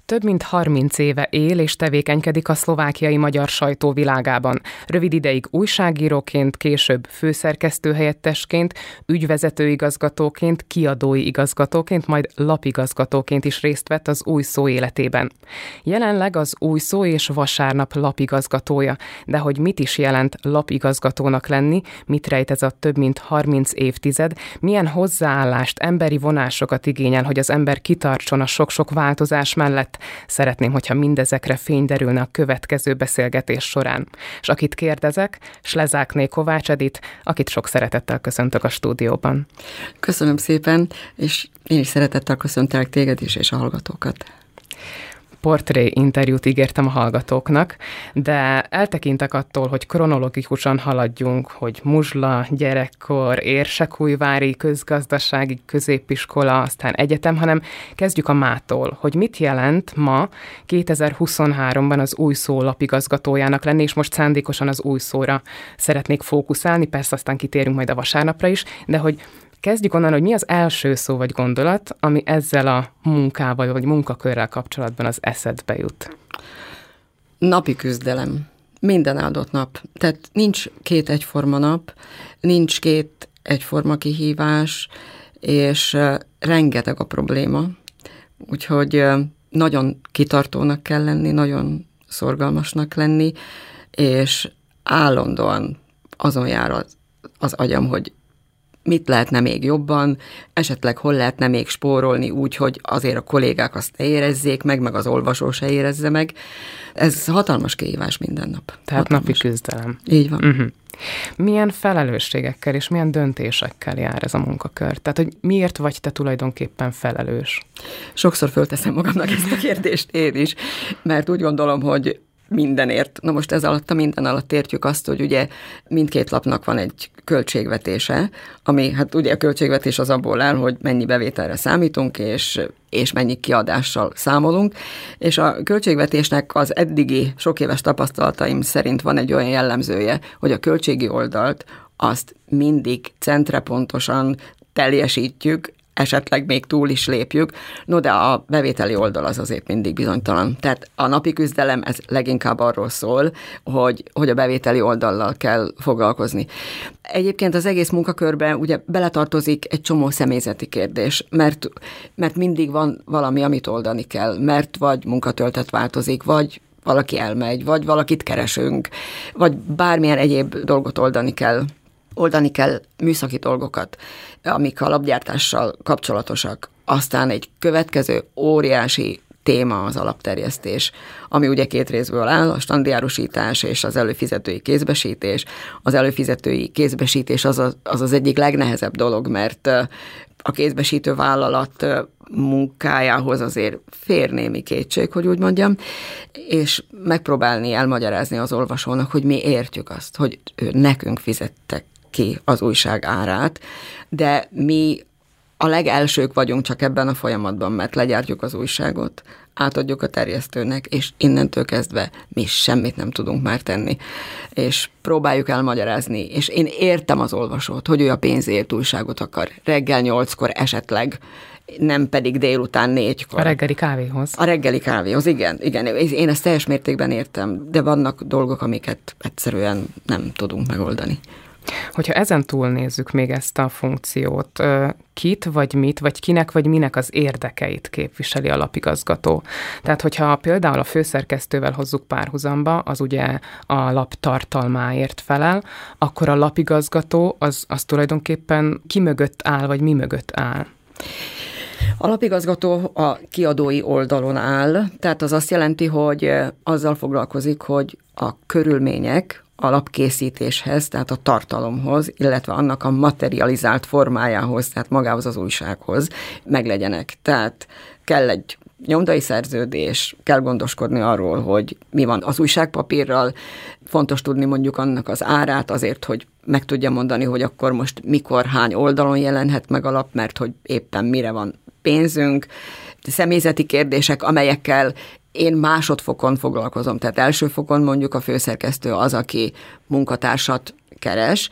Több mint 30 éve él és tevékenykedik a szlovákiai magyar sajtó világában. Rövid ideig újságíróként, később főszerkesztőhelyettesként, ügyvezetőigazgatóként, kiadói igazgatóként, majd lapigazgatóként is részt vett az Új Szó életében. Jelenleg az Új Szó és Vasárnap lapigazgatója, de hogy mit is jelent lapigazgatónak lenni, mit rejt ez a több mint 30 évtized, milyen hozzáállást, emberi vonásokat igényel, hogy az ember kitartson a sok-sok változás mellett. Szeretném, hogyha mindezekre fény derülne a következő beszélgetés során. És akit kérdezek, Slezákné Kovács Edit, akit sok szeretettel köszöntök a stúdióban. Köszönöm szépen, és én is szeretettel köszöntelek téged is, és a hallgatókat. Portré interjút ígértem a hallgatóknak, de eltekintek attól, hogy kronológikusan haladjunk, hogy Muzsla, gyerekkor, Érsekújvári közgazdasági középiskola, aztán egyetem, hanem kezdjük a mától, hogy mit jelent ma 2023-ban az Új Szó lapigazgatójának lenni, és most szándékosan az Új Szóra szeretnék fókuszálni, persze aztán kitérünk majd a Vasárnapra is, de hogy kezdjük onnan, hogy mi az első szó vagy gondolat, ami ezzel a munkával vagy munkakörrel kapcsolatban az eszedbe jut. Napi küzdelem. Minden áldott nap. Tehát nincs két egyforma nap, nincs két egyforma kihívás, és rengeteg a probléma. Úgyhogy nagyon kitartónak kell lenni, nagyon szorgalmasnak lenni, és állandóan azon jár az agyam, hogy mit lehetne még jobban, esetleg hol lehetne még spórolni úgy, hogy azért a kollégák azt ne érezzék meg az olvasó se érezze meg. Ez hatalmas kihívás minden nap. Tehát hatalmas. Napi küzdelem. Így van. Uh-huh. Milyen felelősségekkel és milyen döntésekkel jár ez a munkakör? Tehát, hogy miért vagy te tulajdonképpen felelős? Sokszor fölteszem magamnak ezt a kérdést én is, mert úgy gondolom, hogy mindenért. Na most ez alatt a minden alatt értjük azt, hogy ugye mindkét lapnak van egy költségvetése, ami hát ugye a költségvetés az abból áll, hogy mennyi bevételre számítunk, és mennyi kiadással számolunk, és a költségvetésnek az eddigi sok éves tapasztalataim szerint van egy olyan jellemzője, hogy a költségi oldalt azt mindig centrepontosan teljesítjük, esetleg még túl is lépjük, no de a bevételi oldal az azért mindig bizonytalan. Tehát a napi küzdelem ez leginkább arról szól, hogy a bevételi oldallal kell foglalkozni. Egyébként az egész munkakörben ugye beletartozik egy csomó személyzeti kérdés, mert mindig van valami, amit oldani kell, mert vagy munkatöltet változik, vagy valaki elmegy, vagy valakit keresünk, vagy bármilyen egyéb dolgot oldani kell műszaki dolgokat, amik a lapgyártással kapcsolatosak. Aztán egy következő óriási téma az alapterjesztés, ami ugye két részből áll, a standardárusítás és az előfizetői kézbesítés. Az előfizetői kézbesítés az egyik legnehezebb dolog, mert a kézbesítő vállalat munkájához azért fér némi kétség, hogy úgy mondjam, és megpróbálni elmagyarázni az olvasónak, hogy mi értjük azt, hogy nekünk fizettek ki az újság árát, de mi a legelsők vagyunk csak ebben a folyamatban, mert legyártjuk az újságot, átadjuk a terjesztőnek, és innentől kezdve mi semmit nem tudunk már tenni. És próbáljuk elmagyarázni, és én értem az olvasót, hogy ő a pénzért újságot akar. Reggel 8-kor esetleg, nem pedig délután 4-kor. A reggeli kávéhoz. A reggeli kávéhoz, igen. Én ezt teljes mértékben értem, de vannak dolgok, amiket egyszerűen nem tudunk megoldani. Hogyha ezen túl nézzük még ezt a funkciót, kit vagy mit, vagy kinek vagy minek az érdekeit képviseli a lapigazgató. Tehát, hogyha például a főszerkesztővel hozzuk párhuzamba, az ugye a lap tartalmáért felel, akkor a lapigazgató az tulajdonképpen ki mögött áll, vagy mi mögött áll? A lapigazgató a kiadói oldalon áll, tehát az azt jelenti, hogy azzal foglalkozik, hogy a körülmények a lapkészítéshez, tehát a tartalomhoz, illetve annak a materializált formájához, tehát magához az újsághoz meglegyenek. Tehát kell egy nyomdai szerződés, kell gondoskodni arról, hogy mi van az újságpapírral, fontos tudni mondjuk annak az árát azért, hogy meg tudja mondani, hogy akkor most mikor, hány oldalon jelenhet meg a lap, mert hogy éppen mire van pénzünk, személyzeti kérdések, amelyekkel én másodfokon foglalkozom, tehát első fokon mondjuk a főszerkesztő az, aki munkatársat keres,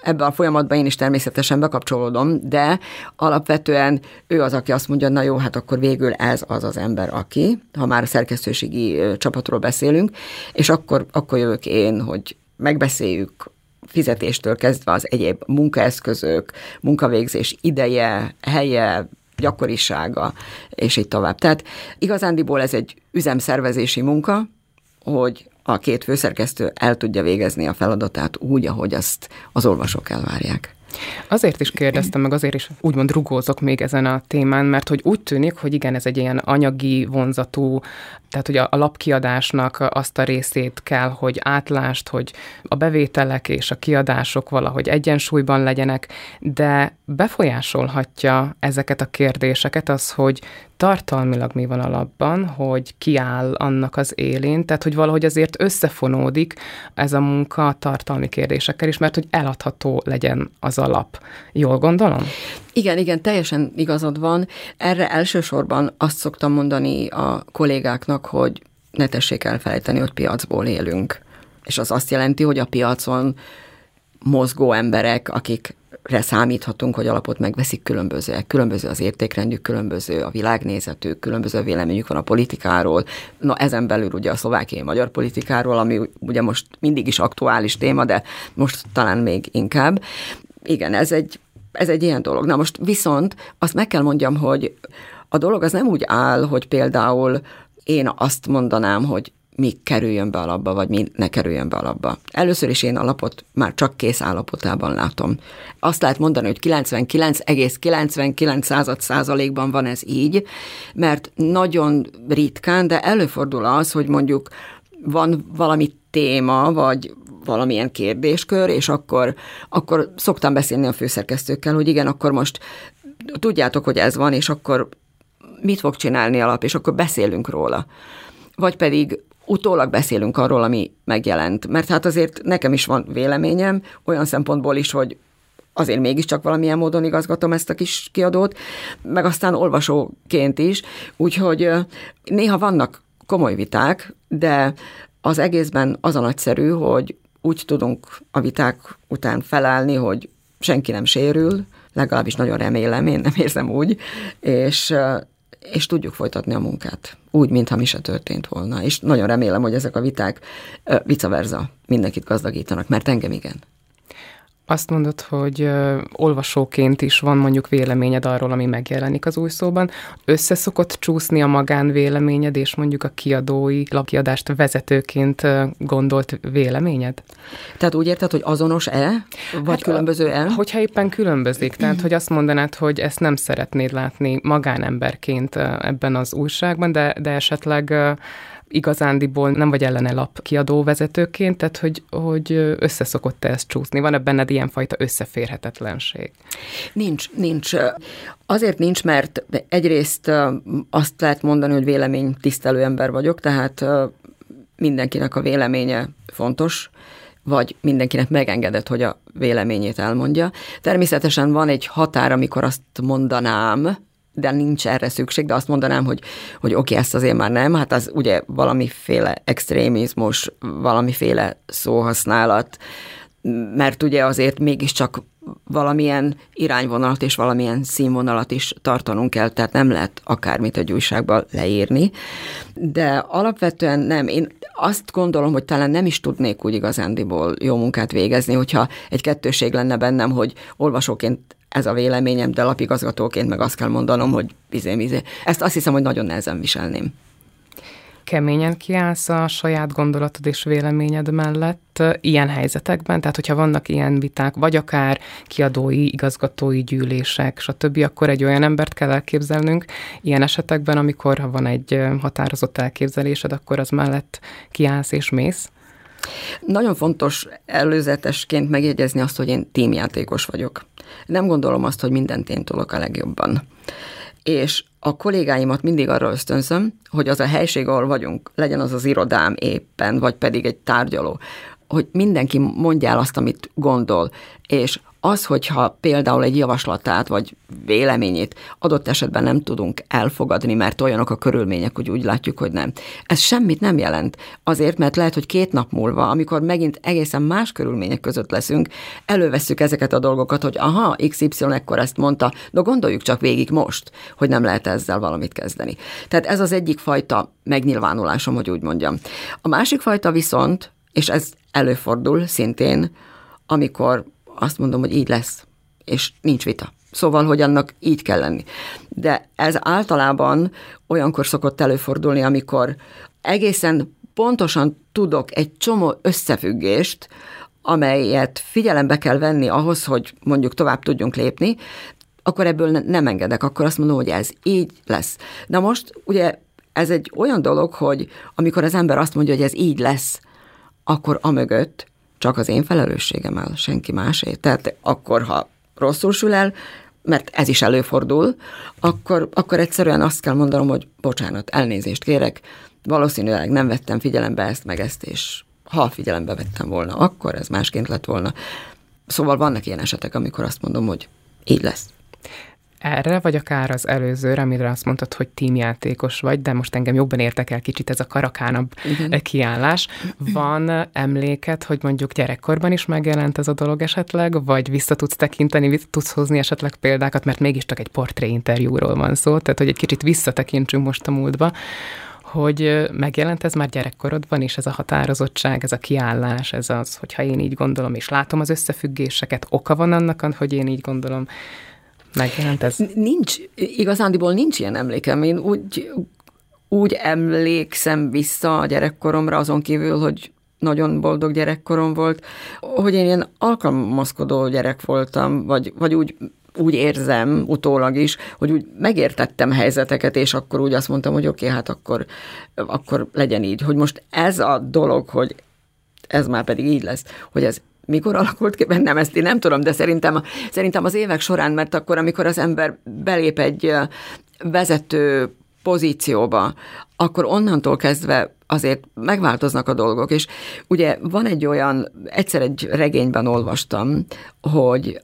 Ebben a folyamatban én is természetesen bekapcsolódom, de alapvetően ő az, aki azt mondja, na jó, hát akkor végül ez az az ember, aki, ha már a szerkesztőségi csapatról beszélünk, és akkor jövök én, hogy megbeszéljük fizetéstől kezdve az egyéb munkaeszközök, munkavégzés ideje, helye, gyakorisága, és így tovább. Tehát igazándiból ez egy üzemszervezési munka, hogy a két főszerkesztő el tudja végezni a feladatát úgy, ahogy azt az olvasók elvárják. Azért is kérdeztem, meg azért is úgymond rugózok még ezen a témán, mert hogy úgy tűnik, hogy igen, ez egy ilyen anyagi vonzatú, tehát hogy a lapkiadásnak azt a részét kell, hogy átlást, hogy a bevételek és a kiadások valahogy egyensúlyban legyenek, de befolyásolhatja ezeket a kérdéseket az, hogy tartalmilag mi van alapban, hogy ki áll annak az élén, tehát hogy valahogy azért összefonódik ez a munka a tartalmi kérdésekkel is, mert hogy eladható legyen az alap. Jól gondolom? Igen, teljesen igazad van. Erre elsősorban azt szoktam mondani a kollégáknak, hogy ne tessék elfelejteni, hogy piacból élünk. És az azt jelenti, hogy a piacon mozgó emberek, akikre számíthatunk, hogy alapot megveszik, különbözőek. Különböző az értékrendjük, különböző a világnézetük, különböző véleményük van a politikáról. Na ezen belül ugye a szlovákiai magyar politikáról, ami ugye most mindig is aktuális téma, de most talán még inkább. Igen, ez egy ilyen dolog. Na most viszont azt meg kell mondjam, hogy a dolog az nem úgy áll, hogy például én azt mondanám, hogy mi kerüljön be alapba, vagy mi ne kerüljön be alapba. Először is én a lapot már csak kész állapotában látom. Azt lehet mondani, hogy 99,99% van ez így, mert nagyon ritkán, de előfordul az, hogy mondjuk van valami téma, vagy valamilyen kérdéskör, és akkor szoktam beszélni a főszerkesztőkkel, hogy igen, akkor most tudjátok, hogy ez van, és akkor mit fog csinálni a lap, és akkor beszélünk róla. Vagy pedig utólag beszélünk arról, ami megjelent. Mert hát azért nekem is van véleményem, olyan szempontból is, hogy azért mégiscsak valamilyen módon igazgatom ezt a kis kiadót, meg aztán olvasóként is, úgyhogy néha vannak komoly viták, de az egészben az a nagyszerű, hogy úgy tudunk a viták után felállni, hogy senki nem sérül, legalábbis nagyon remélem, én nem érzem úgy, és tudjuk folytatni a munkát, úgy, mintha mi se történt volna. És nagyon remélem, hogy ezek a viták vice versa mindenkit gazdagítanak, mert engem igen. Azt mondod, hogy olvasóként is van mondjuk véleményed arról, ami megjelenik az új szóban. Összeszokott csúszni a magánvéleményed, és mondjuk a kiadói lapkiadást vezetőként gondolt véleményed? Tehát úgy érted, hogy azonos-e, vagy különböző-e? Hogyha éppen különbözik, tehát hogy azt mondanád, hogy ezt nem szeretnéd látni magánemberként ebben az újságban, de esetleg igazándiból nem vagy ellene lapkiadó vezetőként, tehát hogy összeszokott-e ezt csúszni? Van-e benned ilyenfajta összeférhetetlenség? Nincs. Azért nincs, mert egyrészt azt lehet mondani, hogy véleménytisztelő ember vagyok, tehát mindenkinek a véleménye fontos, vagy mindenkinek megengedett, hogy a véleményét elmondja. Természetesen van egy határ, amikor azt mondanám, de nincs erre szükség, de azt mondanám, hogy oké, ezt azért már nem, hát az ugye valamiféle extrémizmus, valamiféle szóhasználat, mert ugye azért mégiscsak valamilyen irányvonalat és valamilyen színvonalat is tartanunk kell, tehát nem lehet akármit egy újságban leírni, de alapvetően nem. Én azt gondolom, hogy talán nem is tudnék úgy igazándiból jó munkát végezni, hogyha egy kettőség lenne bennem, hogy olvasóként ez a véleményem, de lapigazgatóként meg azt kell mondanom, hogy izé. Ezt azt hiszem, hogy nagyon nehezen viselném. Keményen kiállsz a saját gondolatod és véleményed mellett ilyen helyzetekben? Tehát, hogyha vannak ilyen viták, vagy akár kiadói, igazgatói gyűlések, stb., akkor egy olyan embert kell elképzelnünk ilyen esetekben, amikor ha van egy határozott elképzelésed, akkor az mellett kiállsz és mész? Nagyon fontos előzetesként megjegyezni azt, hogy én tímjátékos vagyok. Nem gondolom azt, hogy mindent én tudok a legjobban. És a kollégáimat mindig arra ösztönzöm, hogy az a helység, ahol vagyunk, legyen az az irodám éppen, vagy pedig egy tárgyaló, hogy mindenki mondja el azt, amit gondol, és Az, hogyha például egy javaslatát vagy véleményét adott esetben nem tudunk elfogadni, mert olyanok a körülmények, hogy úgy látjuk, hogy nem. Ez semmit nem jelent. Azért, mert lehet, hogy 2 nap múlva, amikor megint egészen más körülmények között leszünk, elővesszük ezeket a dolgokat, hogy aha, XY ekkor ezt mondta, de gondoljuk csak végig most, hogy nem lehet ezzel valamit kezdeni. Tehát ez az egyik fajta megnyilvánulásom, hogy úgy mondjam. A másik fajta viszont, és ez előfordul szintén, amikor azt mondom, hogy így lesz, és nincs vita. Szóval, hogy annak így kell lenni. De ez általában olyankor szokott előfordulni, amikor egészen pontosan tudok egy csomó összefüggést, amelyet figyelembe kell venni ahhoz, hogy mondjuk tovább tudjunk lépni, akkor ebből nem engedek, akkor azt mondom, hogy ez így lesz. Na most ugye ez egy olyan dolog, hogy amikor az ember azt mondja, hogy ez így lesz, akkor amögött csak az én felelősségem áll, senki másé. Tehát akkor, ha rosszul sül el, mert ez is előfordul, akkor egyszerűen azt kell mondanom, hogy bocsánat, elnézést kérek, valószínűleg nem vettem figyelembe ezt meg ezt, és ha figyelembe vettem volna, akkor ez másként lett volna. Szóval vannak ilyen esetek, amikor azt mondom, hogy így lesz. Erre, vagy akár az előzőre, amire azt mondtad, hogy tímjátékos vagy, de most engem jobban érdekel kicsit ez a karakánabb kiállás. Van emléket, hogy mondjuk gyerekkorban is megjelent ez a dolog esetleg, vagy vissza tudsz tekinteni, tudsz hozni esetleg példákat, mert mégiscsak egy portréinterjúról van szó, tehát hogy egy kicsit visszatekintsünk most a múltba, hogy megjelent ez már gyerekkorodban is, ez a határozottság, ez a kiállás, ez az, hogyha én így gondolom, és látom az összefüggéseket, oka van annak, hogy én így gondolom, megjelent ez? Igazándiból nincs ilyen emlékem. Én úgy emlékszem vissza a gyerekkoromra, azon kívül, hogy nagyon boldog gyerekkorom volt, hogy én ilyen alkalmazkodó gyerek voltam, vagy úgy érzem utólag is, hogy úgy megértettem helyzeteket, és akkor úgy azt mondtam, hogy oké, hát akkor legyen így. Hogy most ez a dolog, hogy ez már pedig így lesz, hogy ez mikor alakult ki bennem, ezt én nem tudom, de szerintem az évek során, mert akkor, amikor az ember belép egy vezető pozícióba, akkor onnantól kezdve azért megváltoznak a dolgok, és ugye van egy olyan, egyszer egy regényben olvastam, hogy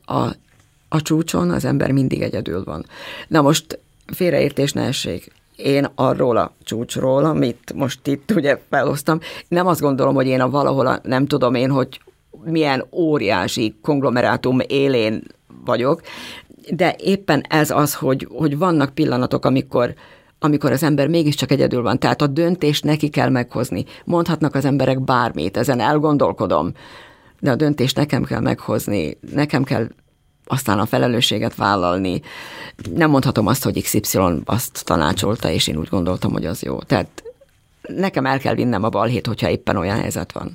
a csúcson az ember mindig egyedül van. Na most félreértés ne essék. Én arról a csúcsról, amit most itt ugye felhoztam, nem azt gondolom, hogy én valahol nem tudom én, hogy milyen óriási konglomerátum élén vagyok, de éppen ez az, hogy vannak pillanatok, amikor az ember mégiscsak egyedül van. Tehát a döntést neki kell meghozni. Mondhatnak az emberek bármit, ezen elgondolkodom, de a döntést nekem kell meghozni, nekem kell aztán a felelősséget vállalni. Nem mondhatom azt, hogy XY azt tanácsolta, és én úgy gondoltam, hogy az jó. Tehát nekem el kell vinnem a balhét, hogyha éppen olyan helyzet van.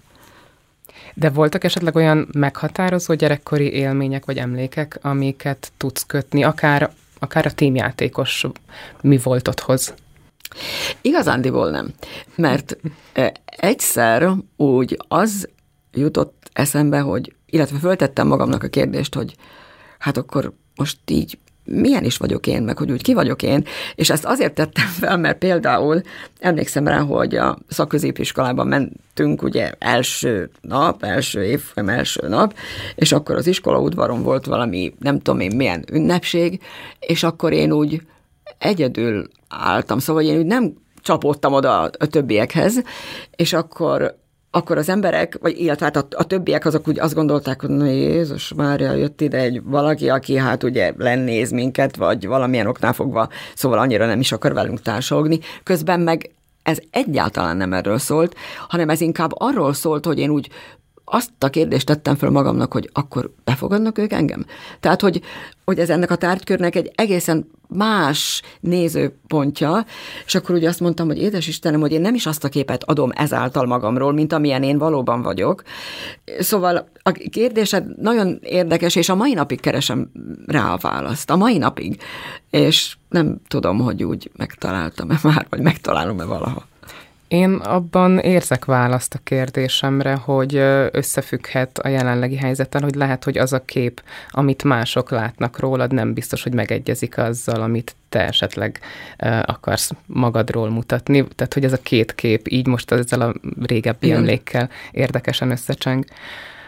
De voltak esetleg olyan meghatározó gyerekkori élmények vagy emlékek, amiket tudsz kötni, akár a tímjátékos mi voltodhoz? Igazándiból nem, mert egyszer úgy az jutott eszembe, illetve föltettem magamnak a kérdést, hogy hát akkor most így milyen is vagyok én, meg hogy úgy ki vagyok én, és ezt azért tettem fel, mert például emlékszem rá, hogy a szakközépiskolában mentünk ugye első évfolyam első nap, és akkor az iskola udvaron volt valami, nem tudom én milyen ünnepség, és akkor én úgy egyedül álltam, szóval én úgy nem csapódtam oda a többiekhez, és akkor az emberek, vagy illetve hát a többiek azok úgy azt gondolták, hogy na Jézus Mária, jött ide valaki, aki hát ugye lennéz minket, vagy valamilyen oknál fogva, szóval annyira nem is akar velünk társalogni. Közben meg ez egyáltalán nem erről szólt, hanem ez inkább arról szólt, hogy én úgy azt a kérdést tettem föl magamnak, hogy akkor befogadnak ők engem? Tehát, hogy ez ennek a tárgykörnek egy egészen más nézőpontja, és akkor ugye azt mondtam, hogy édes Istenem, hogy én nem is azt a képet adom ezáltal magamról, mint amilyen én valóban vagyok. Szóval a kérdésed nagyon érdekes, és a mai napig keresem rá a választ. A mai napig. És nem tudom, hogy úgy megtaláltam-e már, vagy megtalálom-e valaha. Én abban érzek választ a kérdésemre, hogy összefügghet a jelenlegi helyzettel, hogy lehet, hogy az a kép, amit mások látnak rólad, nem biztos, hogy megegyezik azzal, amit te esetleg akarsz magadról mutatni. Tehát, hogy ez a két kép így most ezzel a régebbi emlékkel érdekesen összecseng.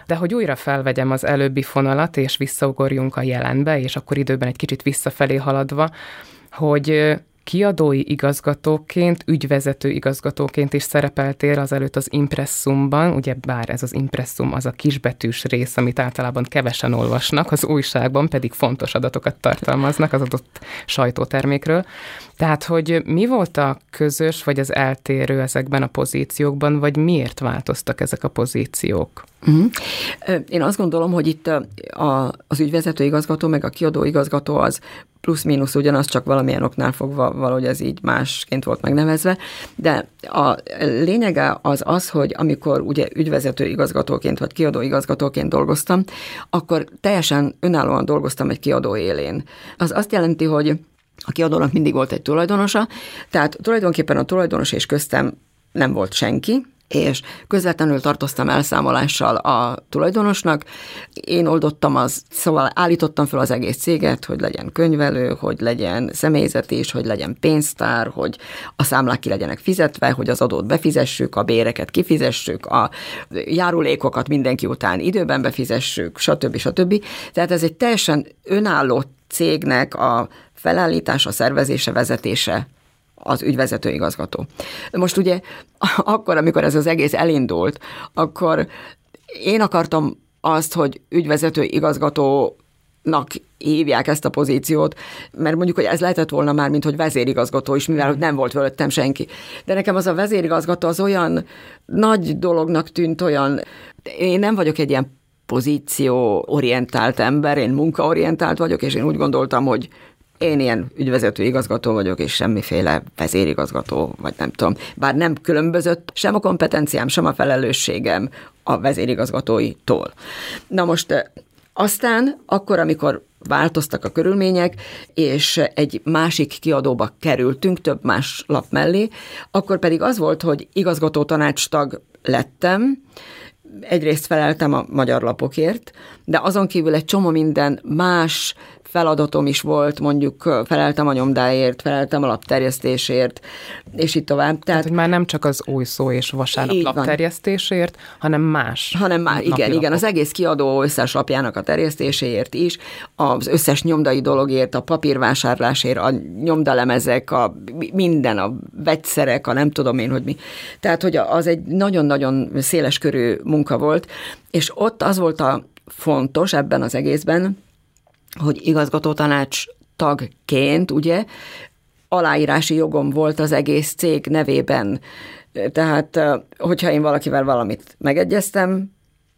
De hogy újra felvegyem az előbbi fonalat, és visszaugorjunk a jelenbe, és akkor időben egy kicsit visszafelé haladva, hogy kiadói igazgatóként, ügyvezető igazgatóként is szerepeltél azelőtt az Impresszumban, ugye bár ez az Impresszum az a kisbetűs rész, amit általában kevesen olvasnak az újságban, pedig fontos adatokat tartalmaznak az adott sajtótermékről. Tehát, hogy mi volt a közös vagy az eltérő ezekben a pozíciókban, vagy miért változtak ezek a pozíciók? Én azt gondolom, hogy itt az ügyvezető igazgató meg a kiadó igazgató az plusz-mínusz ugyanaz, csak valamilyen oknál fogva valahogy ez így másként volt megnevezve, de a lényege az, hogy amikor ugye ügyvezető igazgatóként vagy kiadó igazgatóként dolgoztam, akkor teljesen önállóan dolgoztam egy kiadó élén. Az azt jelenti, hogy a kiadónak mindig volt egy tulajdonosa, tehát tulajdonképpen a tulajdonos és köztem nem volt senki, és közvetlenül tartoztam elszámolással a tulajdonosnak. Én oldottam szóval állítottam fel az egész céget, hogy legyen könyvelő, hogy legyen személyzet is, hogy legyen pénztár, hogy a számlák ki legyenek fizetve, hogy az adót befizessük, a béreket kifizessük, a járulékokat mindenki után időben befizessük, stb. Tehát ez egy teljesen önálló cégnek a felállítása, szervezése, vezetése az ügyvezető igazgató. Most ugye akkor, amikor ez az egész elindult, akkor én akartam azt, hogy ügyvezető igazgatónak hívják ezt a pozíciót, mert mondjuk, hogy ez lehetett volna már, mint hogy vezérigazgató is, mivel nem volt fölöttem senki. De nekem az a vezérigazgató az olyan nagy dolognak tűnt, én nem vagyok egy ilyen pozícióorientált ember, én munkaorientált vagyok, és én úgy gondoltam, hogy én ilyen ügyvezető igazgató vagyok, és semmiféle vezérigazgató, vagy nem tudom. Bár nem különbözött sem a kompetenciám, sem a felelősségem a vezérigazgatóitól. Na most aztán, akkor, amikor változtak a körülmények, és egy másik kiadóba kerültünk, több más lap mellé, akkor pedig az volt, hogy igazgató tanácstag lettem, egyrészt feleltem a magyar lapokért, de azon kívül egy csomó minden más feladatom is volt, mondjuk feleltem a nyomdáért, feleltem a lapterjesztésért, és így tovább. Tehát, hogy már nem csak az Új Szó és Vasárnap lapterjesztésért, hanem más. Igen, az egész kiadó összes lapjának a terjesztéséért is, az összes nyomdai dologért, a papírvásárlásért, a nyomdalemezek, minden, a vegyszerek, a nem tudom én, hogy mi. Tehát, hogy az egy nagyon-nagyon széleskörű munka volt, és ott az volt a fontos ebben az egészben, hogy igazgatótanács tagként, ugye, aláírási jogom volt az egész cég nevében. Tehát, hogyha én valakivel valamit megegyeztem,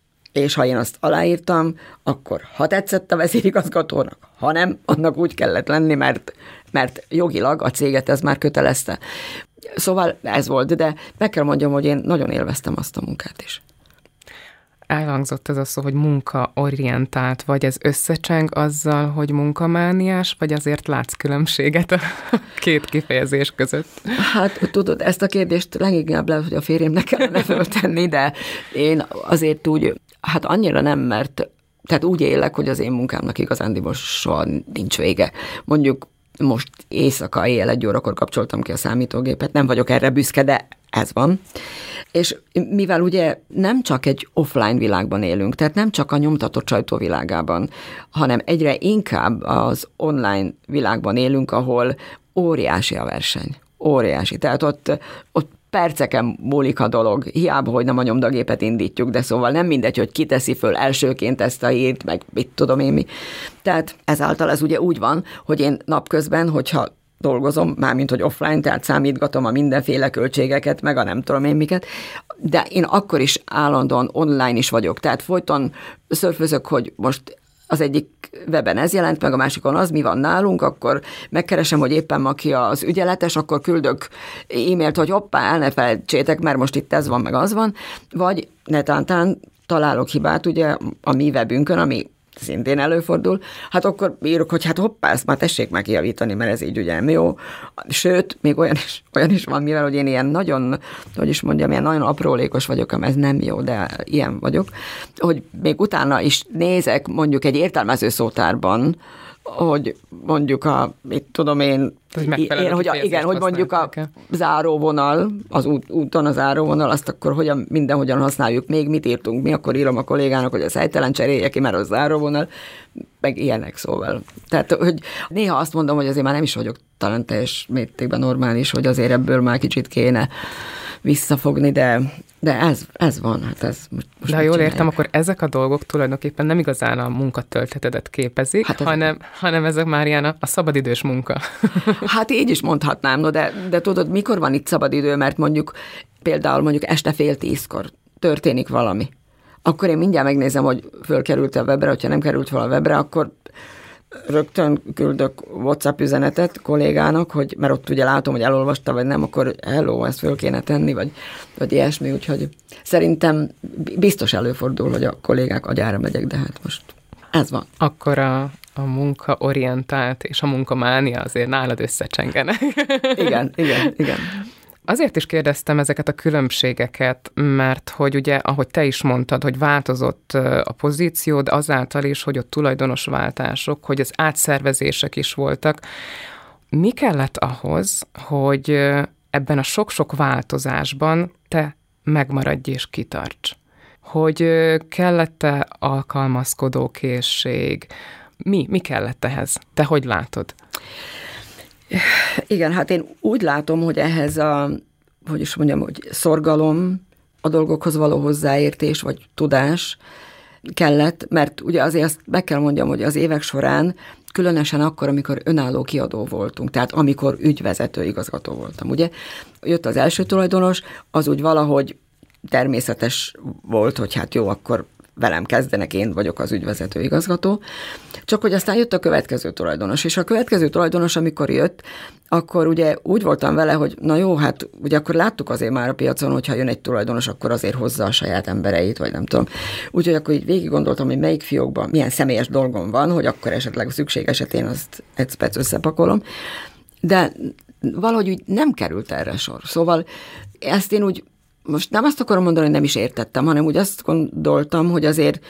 és ha én azt aláírtam, akkor ha tetszett a vezérigazgatónak, ha nem, annak úgy kellett lenni, mert jogilag a céget ez már kötelezte. Szóval ez volt, de meg kell mondjam, hogy én nagyon élveztem azt a munkát is. Elhangzott ez a szó, hogy munkaorientált, vagy ez összecseng azzal, hogy munkamániás, vagy azért látsz különbséget a két kifejezés között? Hát tudod, ezt a kérdést leginkább lehet, hogy a férjemnek kellene föltenni, de én azért úgy, hát annyira nem, mert tehát úgy élek, hogy az én munkámnak igazándiból soha nincs vége. Mondjuk most éjszaka, éjjel 1 órakor kapcsoltam ki a számítógépet, nem vagyok erre büszke, de ez van. És mivel ugye nem csak egy offline világban élünk, tehát nem csak a nyomtatott sajtó világában, hanem egyre inkább az online világban élünk, ahol óriási a verseny. Óriási. Tehát ott perceken múlik a dolog, hiába, hogy nem a nyomdagépet indítjuk, de szóval nem mindegy, hogy ki teszi föl elsőként ezt a hírt, meg mit tudom én mi. Tehát ezáltal ez ugye úgy van, hogy én napközben, hogyha dolgozom, mármint, hogy offline, tehát számítgatom a mindenféle költségeket, meg a nem tudom én miket, de én akkor is állandóan online is vagyok, tehát folyton szörfözök, hogy most az egyik weben ez jelent, meg a másikon az, mi van nálunk, akkor megkeresem, hogy éppen ma ki az ügyeletes, akkor küldök e-mailt, hogy hoppá, el ne felejtsétek, mert most itt ez van, meg az van, vagy netántán találok hibát, ugye a mi webünkön, ami szintén előfordul, hát akkor írok, hogy hát hoppá, ezt már tessék meg kijavítani, mert ez így ugye nem jó. Sőt, még olyan is van, mivel hogy én ilyen nagyon, hogy is mondjam, ilyen nagyon aprólékos vagyok, ez nem jó, de ilyen vagyok, hogy még utána is nézek mondjuk egy értelmező szótárban hogy mondjuk mit tudom én, hogy mondjuk a záróvonal, az úton a záróvonal, azt akkor mindenhogyan használjuk még, mit írtunk mi, akkor írom a kollégának, hogy az helytelen cserélje ki, mert az záróvonal, meg ilyenek, szóval. Tehát, hogy néha azt mondom, hogy azért már nem is vagyok talán teljes mértékben normális, hogy azért ebből már kicsit kéne visszafogni, de ez van. Hát ez most de ha jól értem, akkor ezek a dolgok tulajdonképpen nem igazán a munkatöltetedet képezik, hát hanem ezek már ilyen a szabadidős munka. Hát így is mondhatnám, no, de tudod, mikor van itt szabadidő, mert például este 9:30 történik valami. Akkor én mindjárt megnézem, hogy fölkerült a webre, hogyha nem került fel a webre, akkor rögtön küldök WhatsApp üzenetet kollégának, mert ott ugye látom, hogy elolvasta, vagy nem, akkor hello, ezt föl kéne tenni, vagy ilyesmi, úgyhogy szerintem biztos előfordul, hogy a kollégák agyára megyek, de hát most ez van. Akkor a munkaorientált és a munkamánia azért nálad összecsengenek. Igen. Azért is kérdeztem ezeket a különbségeket, mert hogy ugye, ahogy te is mondtad, hogy változott a pozíciód azáltal is, hogy ott tulajdonosváltások, hogy az átszervezések is voltak. Mi kellett ahhoz, hogy ebben a sok-sok változásban te megmaradj és kitarts? Hogy kellett-e alkalmazkodókészség? Mi kellett ehhez? Te hogy látod? Igen, hát én úgy látom, hogy ehhez hogy szorgalom, a dolgokhoz való hozzáértés, vagy tudás kellett, mert ugye azért azt meg kell mondjam, hogy az évek során, különösen akkor, amikor önálló kiadó voltunk, tehát amikor ügyvezető igazgató voltam, ugye? Jött az első tulajdonos, az úgy valahogy természetes volt, hogy hát jó, akkor velem kezdenek, én vagyok az ügyvezető igazgató, csak hogy aztán jött a következő tulajdonos, és a következő tulajdonos, amikor jött, akkor ugye úgy voltam vele, hogy na jó, hát ugye akkor láttuk azért már a piacon, hogyha jön egy tulajdonos, akkor azért hozza a saját embereit, vagy nem tudom. Úgyhogy akkor így végig gondoltam, hogy melyik fiókban milyen személyes dolgom van, hogy akkor esetleg szükség esetén azt egy összepakolom, de valahogy úgy nem került erre sor. Szóval ezt én úgy most nem azt akarom mondani, hogy nem is értettem, hanem úgy azt gondoltam, hogy azért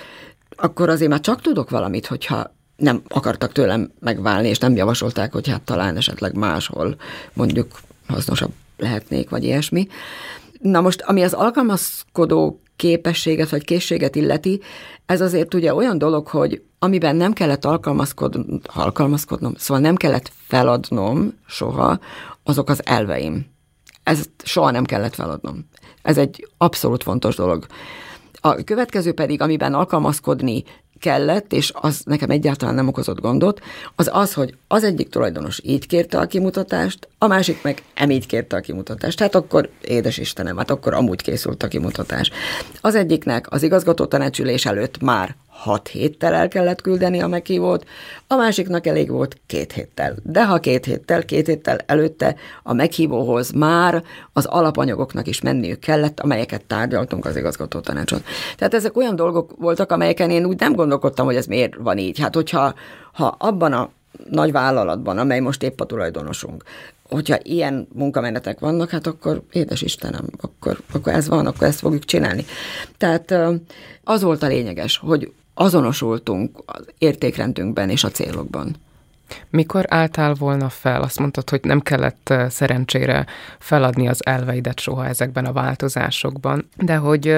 már csak tudok valamit, hogyha nem akartak tőlem megválni, és nem javasolták, hogy hát talán esetleg máshol mondjuk hasznosabb lehetnék, vagy ilyesmi. Na most, ami az alkalmazkodó képességet, vagy készséget illeti, ez azért ugye olyan dolog, hogy amiben nem kellett alkalmazkodnom, szóval nem kellett feladnom soha, azok az elveim. Ezt soha nem kellett feladnom. Ez egy abszolút fontos dolog. A következő pedig, amiben alkalmazkodni kellett, és az nekem egyáltalán nem okozott gondot, az, hogy az egyik tulajdonos így kérte a kimutatást, a másik meg így kérte a kimutatást. Hát akkor, édes Istenem, hát akkor amúgy készült a kimutatás. Az egyiknek az igazgatótanácsülés előtt már 6 héttel el kellett küldeni a meghívót, a másiknak elég volt 2 héttel. De ha 2 héttel előtte a meghívóhoz már az alapanyagoknak is menniük kellett, amelyeket tárgyaltunk az igazgatótanácson. Tehát ezek olyan dolgok voltak, amelyeken én úgy nem gondolkodtam, hogy ez miért van így. Hát hogyha abban a nagy vállalatban, amely most épp a tulajdonosunk, hogyha ilyen munkamenetek vannak, hát akkor édes Istenem, akkor ez van, akkor ezt fogjuk csinálni. Tehát az volt a lényeges, hogy azonosultunk az értékrendünkben és a célokban. Mikor álltál volna fel? Azt mondtad, hogy nem kellett szerencsére feladni az elveidet soha ezekben a változásokban, de hogy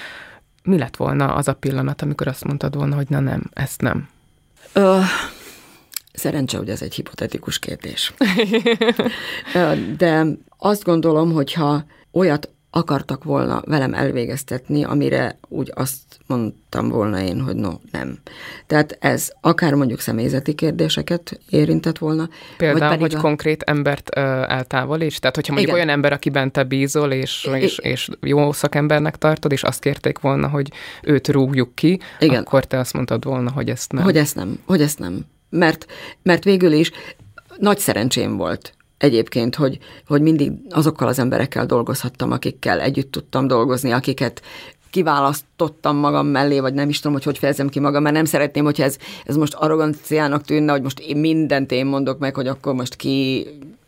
mi lett volna az a pillanat, amikor azt mondtad volna, hogy na nem, ezt nem? Szerencse, hogy ez egy hipotetikus kérdés. De azt gondolom, hogyha olyat akartak volna velem elvégeztetni, amire úgy azt mondtam volna én, hogy no, nem. Tehát ez akár mondjuk személyzeti kérdéseket érintett volna. Például, hogy konkrét embert eltávolíts? Tehát, hogyha mondjuk igen, olyan ember, akiben te bízol, és jó szakembernek tartod, és azt kérték volna, hogy őt rúgjuk ki, igen, akkor te azt mondtad volna, hogy ezt nem. Hogy ezt nem. Mert végül is nagy szerencsém volt egyébként, hogy mindig azokkal az emberekkel dolgozhattam, akikkel együtt tudtam dolgozni, akiket kiválasztottam magam mellé, vagy nem is tudom, hogy fejezem ki magam, mert nem szeretném, hogyha ez most arroganciának tűnne, hogy most mindent én mondok meg, hogy akkor most ki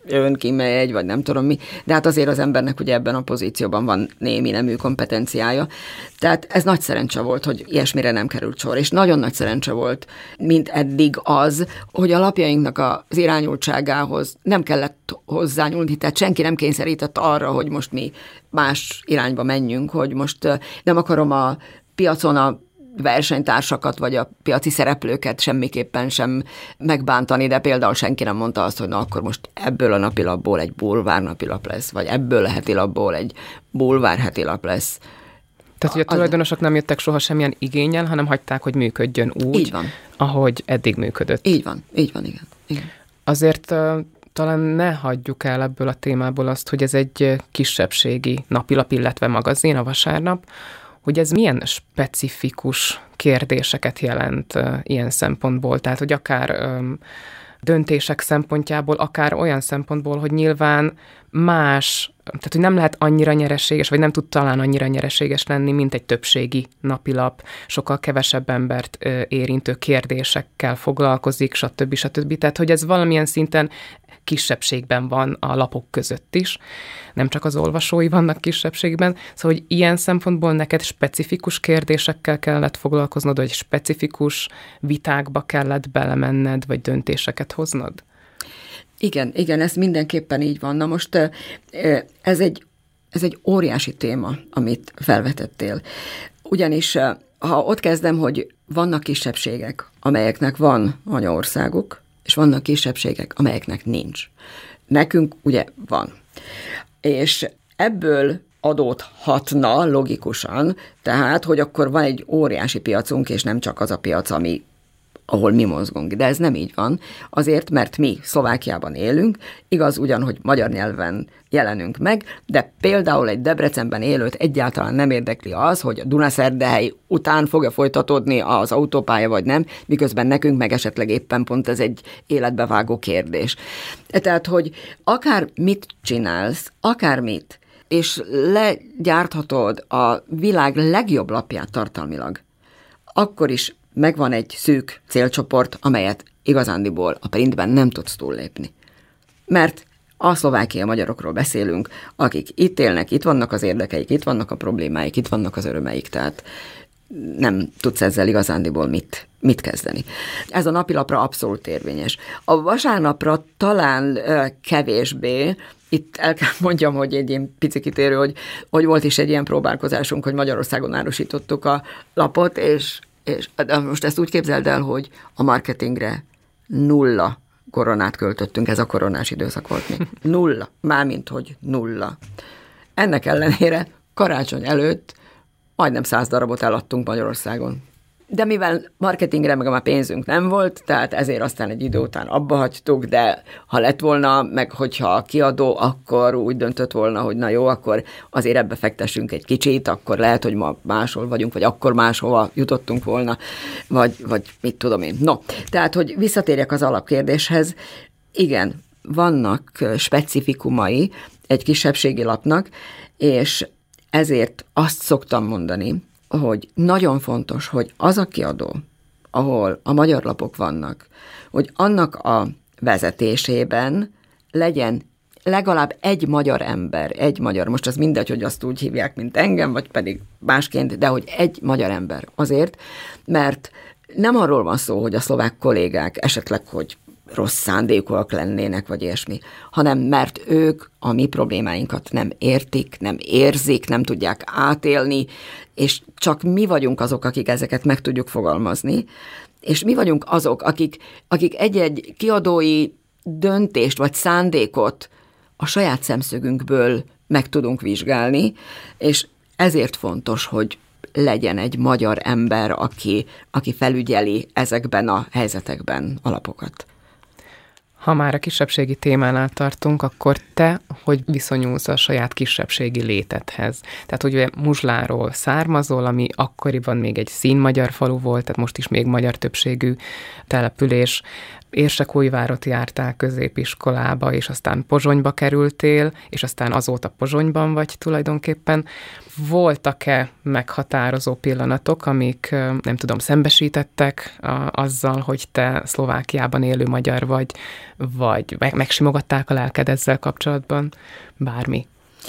jön, kimegy, vagy nem tudom mi, de hát azért az embernek ugye ebben a pozícióban van némi nemű kompetenciája. Tehát ez nagy szerencse volt, hogy ilyesmire nem került sor, és nagyon nagy szerencse volt, mint eddig az, hogy a lapjainknak az irányultságához nem kellett hozzányúlni, tehát senki nem kényszerített arra, hogy most mi más irányba menjünk, hogy most nem akarom a piacon a versenytársakat, vagy a piaci szereplőket semmiképpen sem megbántani, de például senki nem mondta azt, hogy na akkor most ebből a napilapból egy bulvár napilap lesz, vagy ebből a hetilapból egy bulvár hetilap lesz. Tehát, hogy a tulajdonosok nem jöttek soha semmilyen igénnyel, hanem hagyták, hogy működjön úgy, így van, ahogy eddig működött. Így van, igen. Azért talán ne hagyjuk el ebből a témából azt, hogy ez egy kisebbségi napilap, illetve magazin, a Vasárnap, hogy ez milyen specifikus kérdéseket jelent ilyen szempontból. Tehát, hogy akár döntések szempontjából, akár olyan szempontból, hogy nyilván más, tehát, hogy nem lehet annyira nyereséges, vagy nem tud talán annyira nyereséges lenni, mint egy többségi napilap, sokkal kevesebb embert érintő kérdésekkel foglalkozik, stb. Tehát, hogy ez valamilyen szinten kisebbségben van a lapok között is, nem csak az olvasói vannak kisebbségben, szóval, hogy ilyen szempontból neked specifikus kérdésekkel kellett foglalkoznod, vagy specifikus vitákba kellett belemenned, vagy döntéseket hoznod? Igen, ez mindenképpen így van. Na most ez egy óriási téma, amit felvetettél. Ugyanis, ha ott kezdem, hogy vannak kisebbségek, amelyeknek van anyaországuk, és vannak kisebbségek, amelyeknek nincs. Nekünk ugye van. És ebből adódhatna logikusan, tehát, hogy akkor van egy óriási piacunk, és nem csak az a piac, ahol mi mozgunk. De ez nem így van, azért, mert mi Szlovákiában élünk, igaz ugyan, hogy magyar nyelven jelenünk meg, de például egy Debrecenben élőt egyáltalán nem érdekli az, hogy a Dunaszerdehely után fogja folytatódni az autópálya, vagy nem, miközben nekünk meg esetleg éppen pont ez egy életbevágó kérdés. Tehát, hogy akár mit csinálsz, akármit, és legyárthatod a világ legjobb lapját tartalmilag, akkor is megvan egy szűk célcsoport, amelyet igazándiból a printben nem tudsz túllépni. Mert a szlovákiai magyarokról beszélünk, akik itt élnek, itt vannak az érdekeik, itt vannak a problémáik, itt vannak az örömeik, tehát nem tudsz ezzel igazándiból mit kezdeni. Ez a napilapra abszolút érvényes. A Vasárnapra talán kevésbé. Itt el kell mondjam, hogy egy ilyen pici kitérő, hogy volt is egy ilyen próbálkozásunk, hogy Magyarországon árusítottuk a lapot, és most ezt úgy képzeld el, hogy a marketingre 0 koronát költöttünk, ez a koronás időszak volt még. 0, mármint hogy 0. Ennek ellenére karácsony előtt majdnem 100 darabot eladtunk Magyarországon. De mivel marketingre meg a pénzünk nem volt, tehát ezért aztán egy idő után abba hagytuk, de ha lett volna, meg hogyha a kiadó akkor úgy döntött volna, hogy na jó, akkor azért ebbe fektessünk egy kicsit, akkor lehet, hogy ma máshol vagyunk, vagy akkor máshova jutottunk volna, vagy mit tudom én. No, tehát, hogy visszatérjek az alapkérdéshez, igen, vannak specifikumai egy kisebbségi lapnak, és ezért azt szoktam mondani, hogy nagyon fontos, hogy az a kiadó, ahol a magyar lapok vannak, hogy annak a vezetésében legyen legalább egy magyar ember, most az mindegy, hogy azt úgy hívják, mint engem, vagy pedig másként, de hogy egy magyar ember. Azért, mert nem arról van szó, hogy a szlovák kollégák esetleg, hogy rossz szándékúak lennének, vagy ilyesmi, hanem mert ők a mi problémáinkat nem értik, nem érzik, nem tudják átélni, és csak mi vagyunk azok, akik ezeket meg tudjuk fogalmazni, és mi vagyunk azok, akik egy-egy kiadói döntést vagy szándékot a saját szemszögünkből meg tudunk vizsgálni, és ezért fontos, hogy legyen egy magyar ember, aki felügyeli ezekben a helyzetekben a lapokat. Ha már a kisebbségi témánál tartunk, akkor te hogy viszonyulsz a saját kisebbségi létedhez? Tehát, hogy ugye Muzsláról származol, ami akkoriban még egy színmagyar falu volt, tehát most is még magyar többségű település, Érsekújvárot jártál középiskolába, és aztán Pozsonyba kerültél, és aztán azóta Pozsonyban vagy tulajdonképpen. Voltak-e meghatározó pillanatok, amik, nem tudom, szembesítettek azzal, hogy te Szlovákiában élő magyar vagy megsimogatták a lelked ezzel kapcsolatban? Bármi.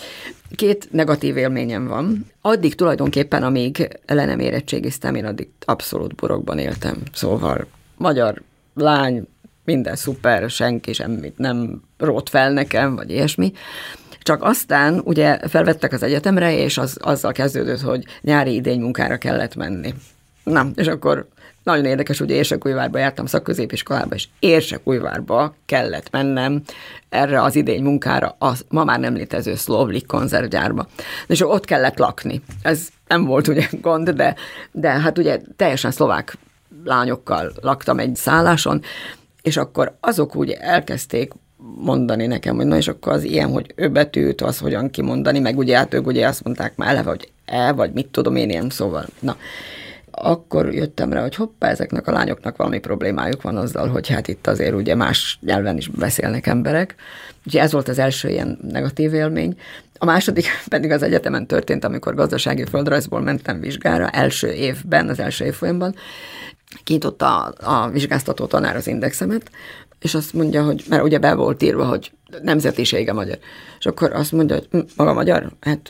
2 negatív élményem van. Addig tulajdonképpen, amíg le nem érettségiztem, én addig abszolút burokban éltem. Szóval magyar lány, minden szuper, senki semmit nem rótt fel nekem, vagy ilyesmi. Csak aztán ugye felvettek az egyetemre, és azzal kezdődött, hogy nyári idénymunkára kellett menni. Na, és akkor nagyon érdekes, ugye Érsekújvárba jártam szakközépiskolába, és Érsekújvárba kellett mennem erre az idénymunkára, a ma már nem létező Szlovlik konzervgyárba. És ott kellett lakni. Ez nem volt ugye gond, de hát ugye teljesen szlovák lányokkal laktam egy szálláson, és akkor azok úgy elkezdték mondani nekem, hogy na és akkor az ilyen, hogy ő betűt, az hogyan kimondani, meg ugye hát ők ugye azt mondták már eleve, hogy vagy mit tudom én ilyen, szóval na. Akkor jöttem rá, hogy hoppá, ezeknek a lányoknak valami problémájuk van azzal, hogy hát itt azért ugye más nyelven is beszélnek emberek. Ugye ez volt az első ilyen negatív élmény. A második pedig az egyetemen történt, amikor gazdasági földrajzból mentem vizsgára, első évben, az első évfolyamban. Kinyitotta a vizsgáztató tanár az indexemet, és azt mondja, hogy, mert ugye be volt írva, hogy nemzetisége magyar. És akkor azt mondja, hogy maga magyar? Hát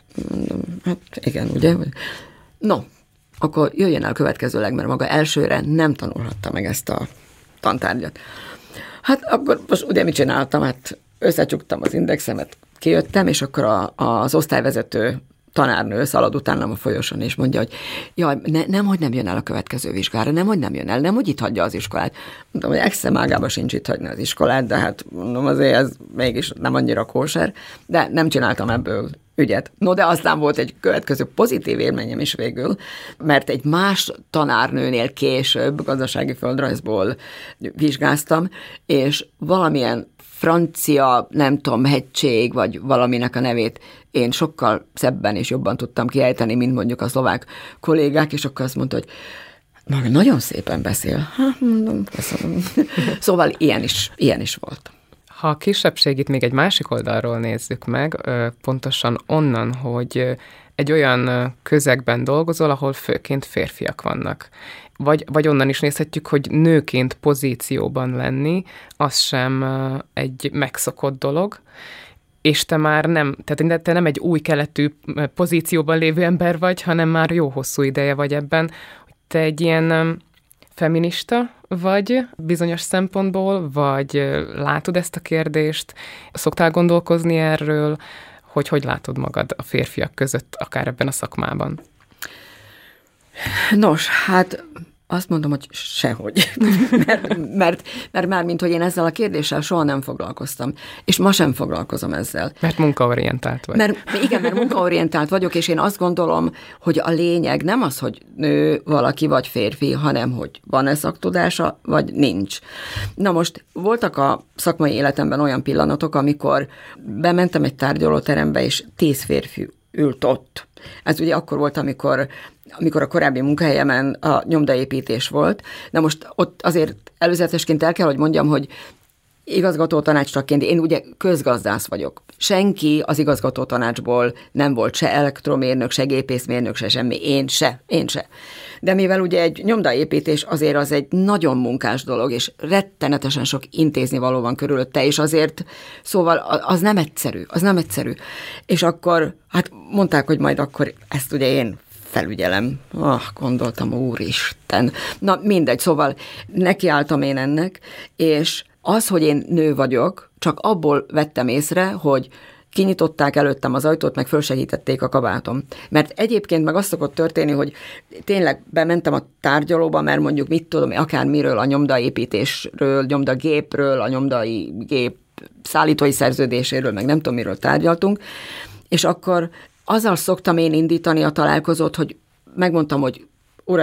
igen, ugye? No, akkor jöjjön el következőleg, mert maga elsőre nem tanulhatta meg ezt a tantárgyat. Hát akkor most ugye mit csináltam? Hát összecsuktam az indexemet, kijöttem, és akkor az osztályvezető tanárnő szalad utánam a folyosón, és mondja, hogy jaj, nemhogy nem jön el a következő vizsgára, nemhogy nem jön el, nemhogy itt hagyja az iskolát. Mondtam, hogy egyszer ágában sincs itt hagyni az iskolát, de hát mondom, azért ez mégis nem annyira kóser, de nem csináltam ebből ügyet. No, de aztán volt egy következő pozitív élményem is végül, mert egy más tanárnőnél később gazdasági földrajzból vizsgáztam, és valamilyen francia, nem tudom, hegység, vagy valaminek a nevét én sokkal szebben és jobban tudtam kiejteni, mint mondjuk a szlovák kollégák, és akkor azt mondta, hogy maga nagyon szépen beszél. Mondom, köszönöm. Szóval ilyen is volt. Ha a kisebbségit még egy másik oldalról nézzük meg, pontosan onnan, hogy egy olyan közegben dolgozol, ahol főként férfiak vannak. Vagy onnan is nézhetjük, hogy nőként pozícióban lenni, az sem egy megszokott dolog, és te már nem, tehát te nem egy új keletű pozícióban lévő ember vagy, hanem már jó hosszú ideje vagy ebben, hogy te egy ilyen feminista vagy bizonyos szempontból, vagy látod ezt a kérdést, szoktál gondolkozni erről, hogy látod magad a férfiak között, akár ebben a szakmában? Nos, hát azt mondom, hogy sehogy. mert már mint hogy én ezzel a kérdéssel soha nem foglalkoztam, és ma sem foglalkozom ezzel. Mert munkaorientált vagy. Mert munkaorientált vagyok, és én azt gondolom, hogy a lényeg nem az, hogy nő valaki vagy férfi, hanem hogy van-e szaktudása, vagy nincs. Na most voltak a szakmai életemben olyan pillanatok, amikor bementem egy tárgyalóterembe, és 10 férfi ült ott. Ez ugye akkor volt, amikor a korábbi munkahelyemen a nyomdaépítés volt. Na most ott azért előzetesként el kell, hogy mondjam, hogy igazgató tanácstagként én ugye közgazdász vagyok. Senki az igazgató tanácsból nem volt se elektromérnök, se gépészmérnök, se semmi. Én se. De mivel ugye egy nyomdaépítés azért az egy nagyon munkás dolog, és rettenetesen sok intéznivaló van körülötte, és azért, szóval az nem egyszerű. És akkor, hát mondták, hogy majd akkor ezt ugye én felügyelem. Gondoltam, úristen. Na mindegy, szóval nekiálltam én ennek, és az, hogy én nő vagyok, csak abból vettem észre, hogy kinyitották előttem az ajtót, meg fölsegítették a kabátom. Mert egyébként meg azt szokott történni, hogy tényleg bementem a tárgyalóba, mert mondjuk mit tudom, akármiről, a nyomdaépítésről, nyomdagépről, a nyomdai gép szállítói szerződéséről, meg nem tudom, miről tárgyaltunk, és akkor azzal szoktam én indítani a találkozót, hogy megmondtam, hogy uraim,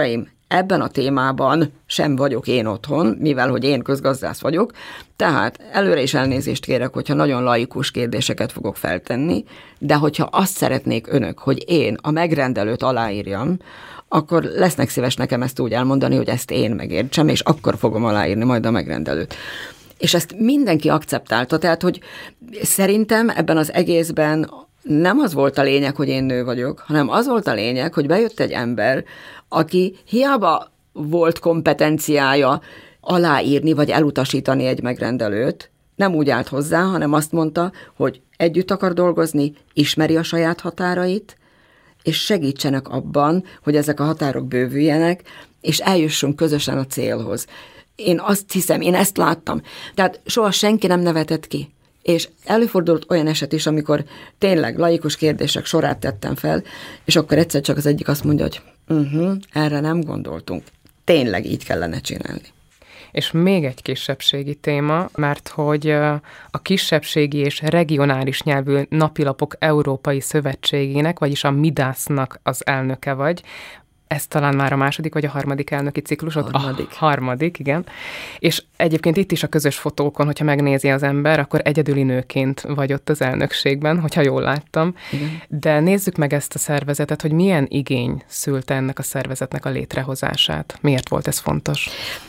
ebben a témában sem vagyok én otthon, mivel hogy én közgazdász vagyok, tehát előre is elnézést kérek, hogyha nagyon laikus kérdéseket fogok feltenni, de hogyha azt szeretnék önök, hogy én a megrendelőt aláírjam, akkor lesznek szíves nekem ezt úgy elmondani, hogy ezt én megértsem, és akkor fogom aláírni majd a megrendelőt. És ezt mindenki akceptálta, tehát, hogy szerintem ebben az egészben nem az volt a lényeg, hogy én nő vagyok, hanem az volt a lényeg, hogy bejött egy ember, aki hiába volt kompetenciája aláírni vagy elutasítani egy megrendelőt, nem úgy állt hozzá, hanem azt mondta, hogy együtt akar dolgozni, ismeri a saját határait, és segítsenek abban, hogy ezek a határok bővüljenek, és eljussunk közösen a célhoz. Én azt hiszem, én ezt láttam. Tehát soha senki nem nevetett ki. És előfordult olyan eset is, amikor tényleg laikus kérdések sorát tettem fel, és akkor egyszer csak az egyik azt mondja, hogy erre nem gondoltunk. Tényleg így kellene csinálni. És még egy kisebbségi téma, mert hogy a kisebbségi és regionális nyelvű napilapok Európai Szövetségének, vagyis a MIDAS-nak az elnöke vagy. Ez talán már a második vagy a harmadik elnöki ciklusod? Harmadik, igen. És egyébként itt is a közös fotókon, hogyha megnézi az ember, akkor egyedüli nőként vagy ott az elnökségben, hogyha jól láttam. Igen. De nézzük meg ezt a szervezetet, hogy milyen igény szülte ennek a szervezetnek a létrehozását. Miért volt ez fontos?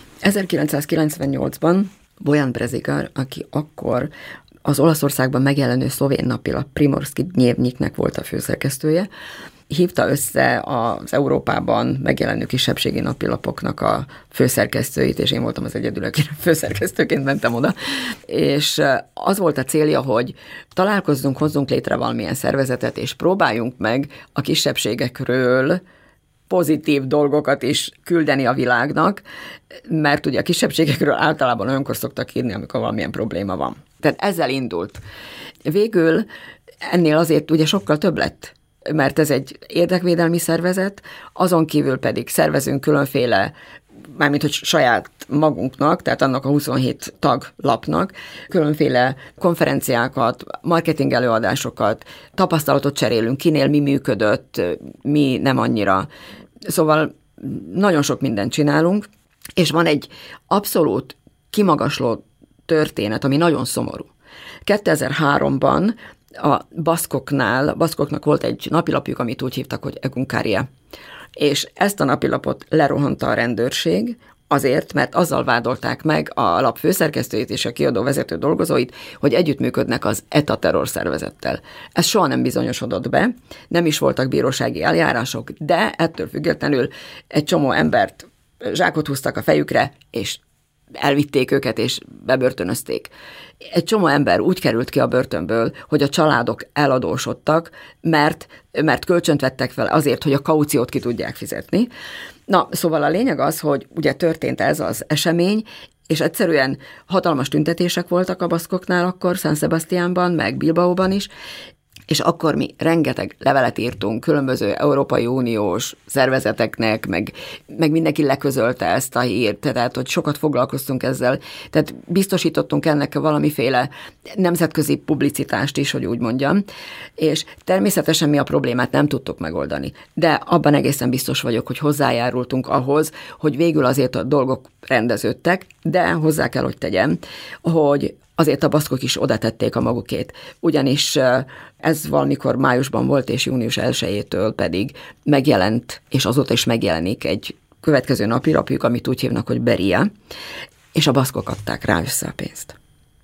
1998-ban Bojan Brezikar, aki akkor az Olaszországban megjelenő szlovén napilap Primorski Dnevniknek volt a főszerkesztője, hívta össze az Európában megjelenő kisebbségi napilapoknak a főszerkesztőit, és én voltam az egyedül, aki főszerkesztőként mentem oda, és az volt a célja, hogy találkozzunk, hozzunk létre valamilyen szervezetet, és próbáljunk meg a kisebbségekről pozitív dolgokat is küldeni a világnak, mert ugye a kisebbségekről általában olyankor szoktak írni, amikor valamilyen probléma van. Tehát ezzel indult. Végül ennél azért ugye sokkal több lett, mert ez egy érdekvédelmi szervezet, azon kívül pedig szervezünk különféle, mármint hogy saját magunknak, tehát annak a 27 taglapnak, különféle konferenciákat, marketing előadásokat, tapasztalatot cserélünk, kinél mi működött, mi nem annyira. Szóval nagyon sok mindent csinálunk, és van egy abszolút kimagasló történet, ami nagyon szomorú. 2003-ban a baszkoknak volt egy napilapjuk, amit úgy hívtak, hogy Egunkaria. És ezt a napilapot lerohanta a rendőrség, azért, mert azzal vádolták meg a lap főszerkesztőjét és a kiadó vezető dolgozóit, hogy együttműködnek az ETA terrorszervezettel. Ez soha nem bizonyosodott be, nem is voltak bírósági eljárások, de ettől függetlenül egy csomó embert zsákot húztak a fejükre, és elvitték őket, és bebörtönözték. Egy csomó ember úgy került ki a börtönből, hogy a családok eladósodtak, mert kölcsönt vettek fel azért, hogy a kauciót ki tudják fizetni. Na, szóval a lényeg az, hogy ugye történt ez az esemény, és egyszerűen hatalmas tüntetések voltak a baszkoknál akkor, San Sebastiánban, meg Bilbaóban is, és akkor mi rengeteg levelet írtunk különböző Európai Uniós szervezeteknek, meg mindenki leközölte ezt a hírt, tehát hogy sokat foglalkoztunk ezzel, tehát biztosítottunk ennek valamiféle nemzetközi publicitást is, hogy úgy mondjam, és természetesen mi a problémát nem tudtuk megoldani, de abban egészen biztos vagyok, hogy hozzájárultunk ahhoz, hogy végül azért a dolgok rendeződtek, de hozzá kell, hogy tegyem, hogy azért a baszkok is oda tették a magukét, ugyanis ez valamikor májusban volt, és június 1-től pedig megjelent, és azóta is megjelenik egy következő napilapjuk, amit úgy hívnak, hogy Beria, és a baszkok adták rá össze a pénzt.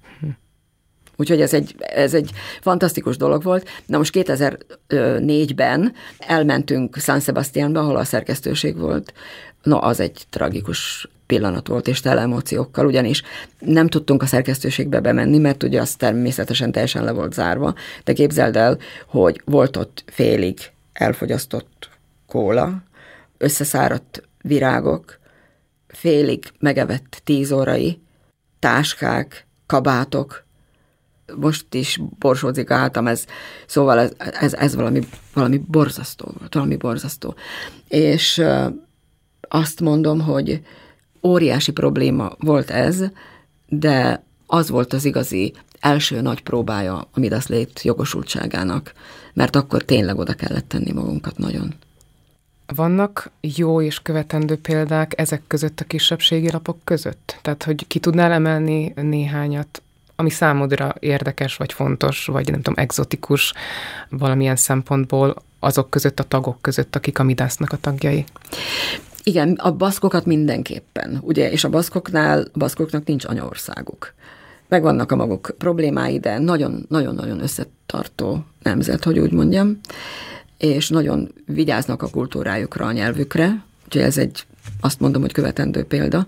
Úgyhogy ez egy fantasztikus dolog volt. Na most 2004-ben elmentünk San Sebastiánba, ahol a szerkesztőség volt. No, az egy tragikus pillanat volt, és tele emóciókkal, ugyanis nem tudtunk a szerkesztőségbe bemenni, mert ugye az természetesen teljesen le volt zárva, de képzeld el, hogy volt ott félig elfogyasztott kóla, összeszáradt virágok, félig megevett 10 órai, táskák, kabátok, most is borsódzik a hátam, szóval ez valami borzasztó volt, valami borzasztó. És azt mondom, hogy óriási probléma volt ez, de az volt az igazi első nagy próbája a Midas lét jogosultságának, mert akkor tényleg oda kellett tenni magunkat nagyon. Vannak jó és követendő példák ezek között a kisebbségi lapok között? Tehát, hogy ki tudnál emelni néhányat, ami számodra érdekes, vagy fontos, vagy nem tudom, egzotikus valamilyen szempontból azok között, a tagok között, akik a Midásznak a tagjai? Igen, a baszkokat mindenképpen, ugye, és a baszkoknak nincs anyaországuk. Megvannak a maguk problémái, de nagyon-nagyon összetartó nemzet, hogy úgy mondjam, és nagyon vigyáznak a kultúrájukra, a nyelvükre, úgyhogy ez azt mondom, hogy követendő példa.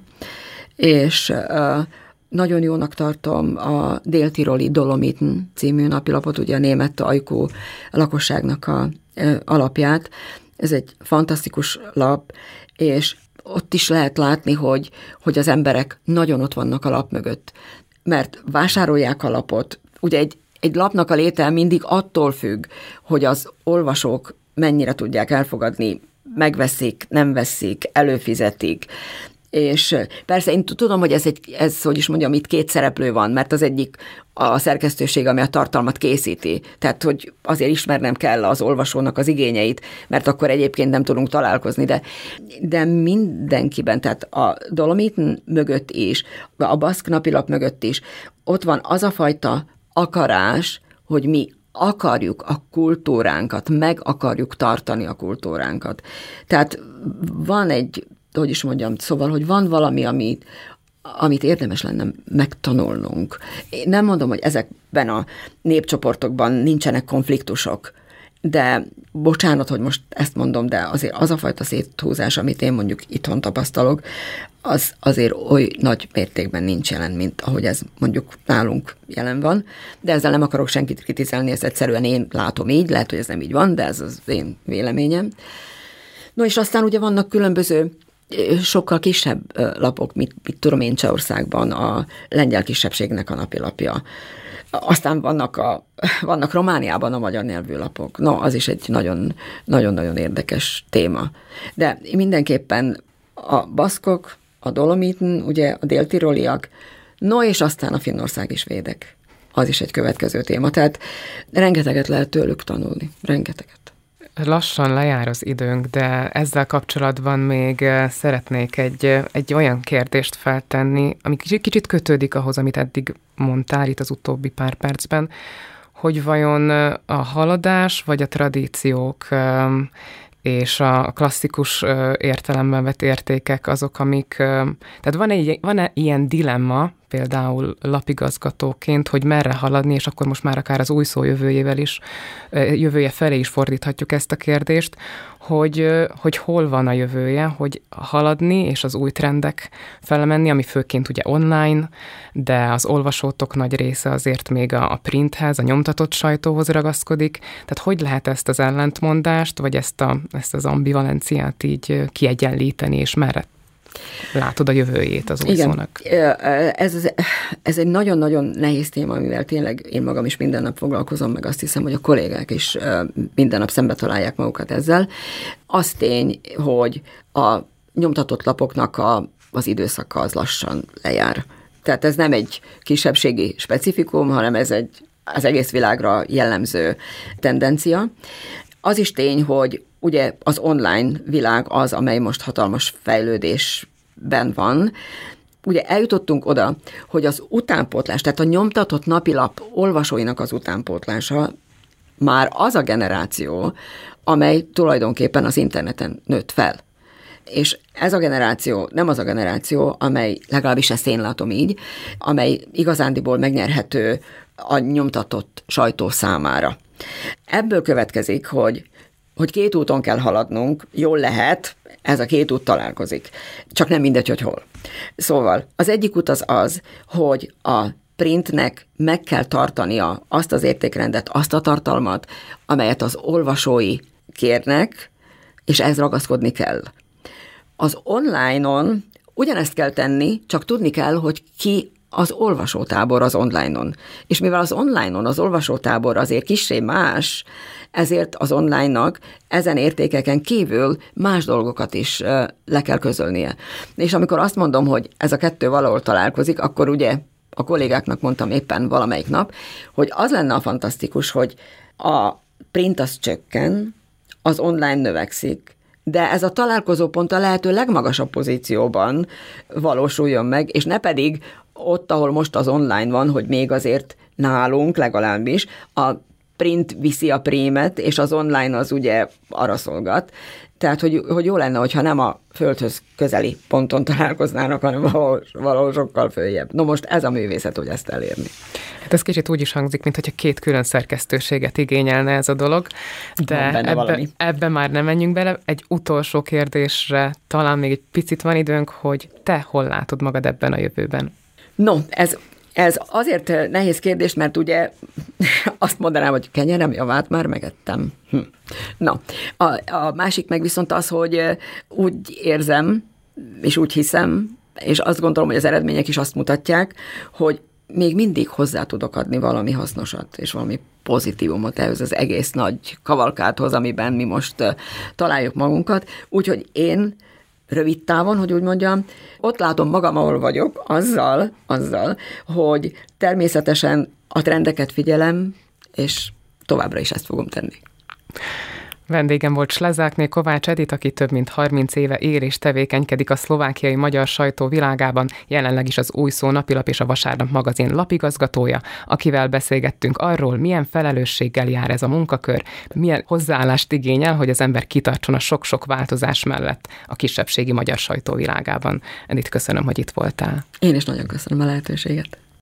És nagyon jónak tartom a Dél-Tiroli Dolomiten című napilapot, ugye a német ajkú lakosságnak a alapját. Ez egy fantasztikus lap, és ott is lehet látni, hogy az emberek nagyon ott vannak a lap mögött, mert vásárolják a lapot. Ugye egy lapnak a léte mindig attól függ, hogy az olvasók mennyire tudják elfogadni, megveszik, nem veszik, előfizetik. És persze én tudom, hogy ez hogy is mondjam, itt két szereplő van, mert az egyik a szerkesztőség, ami a tartalmat készíti. Tehát, hogy azért ismernem kell az olvasónak az igényeit, mert akkor egyébként nem tudunk találkozni, de mindenkiben, tehát a Dolomiten mögött is, a baszk napilap mögött is, ott van az a fajta akarás, hogy mi akarjuk a kultúránkat, meg akarjuk tartani a kultúránkat. Tehát van hogy is mondjam, szóval, hogy van valami, amit érdemes lenne megtanulnunk. Én nem mondom, hogy ezekben a népcsoportokban nincsenek konfliktusok, de bocsánat, hogy most ezt mondom, de azért az a fajta széthúzás, amit én mondjuk itthon tapasztalok, az azért oly nagy mértékben nincs jelen, mint ahogy ez mondjuk nálunk jelen van. De ezzel nem akarok senkit kritizálni, ez egyszerűen én látom így, lehet, hogy ez nem így van, de ez az én véleményem. No, és aztán ugye vannak különböző sokkal kisebb lapok, mit tudom én, Csehországban a lengyel kisebbségnek a napilapja. Aztán vannak Romániában a magyar nyelvű lapok. No, az is egy nagyon-nagyon érdekes téma. De mindenképpen a baszkok, a Dolomiten, ugye a déltiroliak, no és aztán a finnországi svédek. Az is egy következő téma. Tehát rengeteget lehet tőlük tanulni. Rengeteget. Lassan lejár az időnk, de ezzel kapcsolatban még szeretnék egy olyan kérdést feltenni, ami kicsit kötődik ahhoz, amit eddig mondtál itt az utóbbi pár percben, hogy vajon a haladás vagy a tradíciók és a klasszikus értelemben vett értékek azok, amik... Tehát van-e ilyen dilemma, például lapigazgatóként, hogy merre haladni, és akkor most már akár az új szó jövője felé is fordíthatjuk ezt a kérdést, hogy hol van a jövője, hogy haladni, és az új trendek fele menni, ami főként ugye online, de az olvasótok nagy része azért még a printhez, a nyomtatott sajtóhoz ragaszkodik. Tehát hogy lehet ezt az ellentmondást, vagy ezt az ambivalenciát így kiegyenlíteni, és merre látod a jövőjét az új szónak? Ez egy nagyon-nagyon nehéz téma, amivel tényleg én magam is minden nap foglalkozom, meg azt hiszem, hogy a kollégák is minden nap szembe találják magukat ezzel. Az tény, hogy a nyomtatott lapoknak az időszaka az lassan lejár. Tehát ez nem egy kisebbségi specifikum, hanem ez az egész világra jellemző tendencia. Az is tény, hogy ugye az online világ az, amely most hatalmas fejlődésben van. Ugye eljutottunk oda, hogy az utánpótlás, tehát a nyomtatott napilap olvasóinak az utánpótlása már az a generáció, amely tulajdonképpen az interneten nőtt fel. És ez a generáció nem az a generáció, amely, legalábbis ezt én látom így, amely igazándiból megnyerhető a nyomtatott sajtó számára. Ebből következik, hogy két úton kell haladnunk, jól lehet, ez a két út találkozik. Csak nem mindegy, hogy hol. Szóval az egyik út az, hogy a printnek meg kell tartania azt az értékrendet, azt a tartalmat, amelyet az olvasói kérnek, és ez ragaszkodni kell. Az online-on ugyanezt kell tenni, csak tudni kell, hogy ki az olvasótábor az online-on. És mivel az online-on az olvasótábor azért kissé más, ezért az online-nak ezen értékeken kívül más dolgokat is le kell közölnie. És amikor azt mondom, hogy ez a kettő valahol találkozik, akkor ugye a kollégáknak mondtam éppen valamelyik nap, hogy az lenne a fantasztikus, hogy a print az csökken, az online növekszik, de ez a találkozó pont a lehető legmagasabb pozícióban valósuljon meg, és ne pedig ott, ahol most az online van, hogy még azért nálunk legalábbis a print viszi a prémet, és az online az ugye arra szolgat. Tehát, hogy jó lenne, hogyha nem a földhöz közeli ponton találkoznának, hanem valahol sokkal följebb. No most ez a művészet, hogy ezt elérni. Hát ez kicsit úgy is hangzik, mintha két külön szerkesztőséget igényelne ez a dolog, de ebbe már nem menjünk bele. Egy utolsó kérdésre talán még egy picit van időnk, hogy te hol látod magad ebben a jövőben? No, ez azért nehéz kérdés, mert ugye azt mondanám, hogy kenyerem javát már megettem. Na, a másik meg viszont az, hogy úgy érzem, és úgy hiszem, és azt gondolom, hogy az eredmények is azt mutatják, hogy még mindig hozzá tudok adni valami hasznosat, és valami pozitívumot ehhez az egész nagy kavalkádhoz, amiben mi most találjuk magunkat. Úgyhogy én rövid távon, hogy úgy mondjam, ott látom magam, ahol vagyok, azzal, hogy természetesen a trendeket figyelem, és továbbra is ezt fogom tenni. Vendégem volt Slezákné Kovács Edit, aki több mint 30 éve él és tevékenykedik a szlovákiai magyar sajtó világában, jelenleg is az Új Szó napilap és a Vasárnap magazin lapigazgatója, akivel beszélgettünk arról, milyen felelősséggel jár ez a munkakör, milyen hozzáállást igényel, hogy az ember kitartson a sok-sok változás mellett a kisebbségi magyar sajtó világában. Edit, köszönöm, hogy itt voltál. Én is nagyon köszönöm a lehetőséget.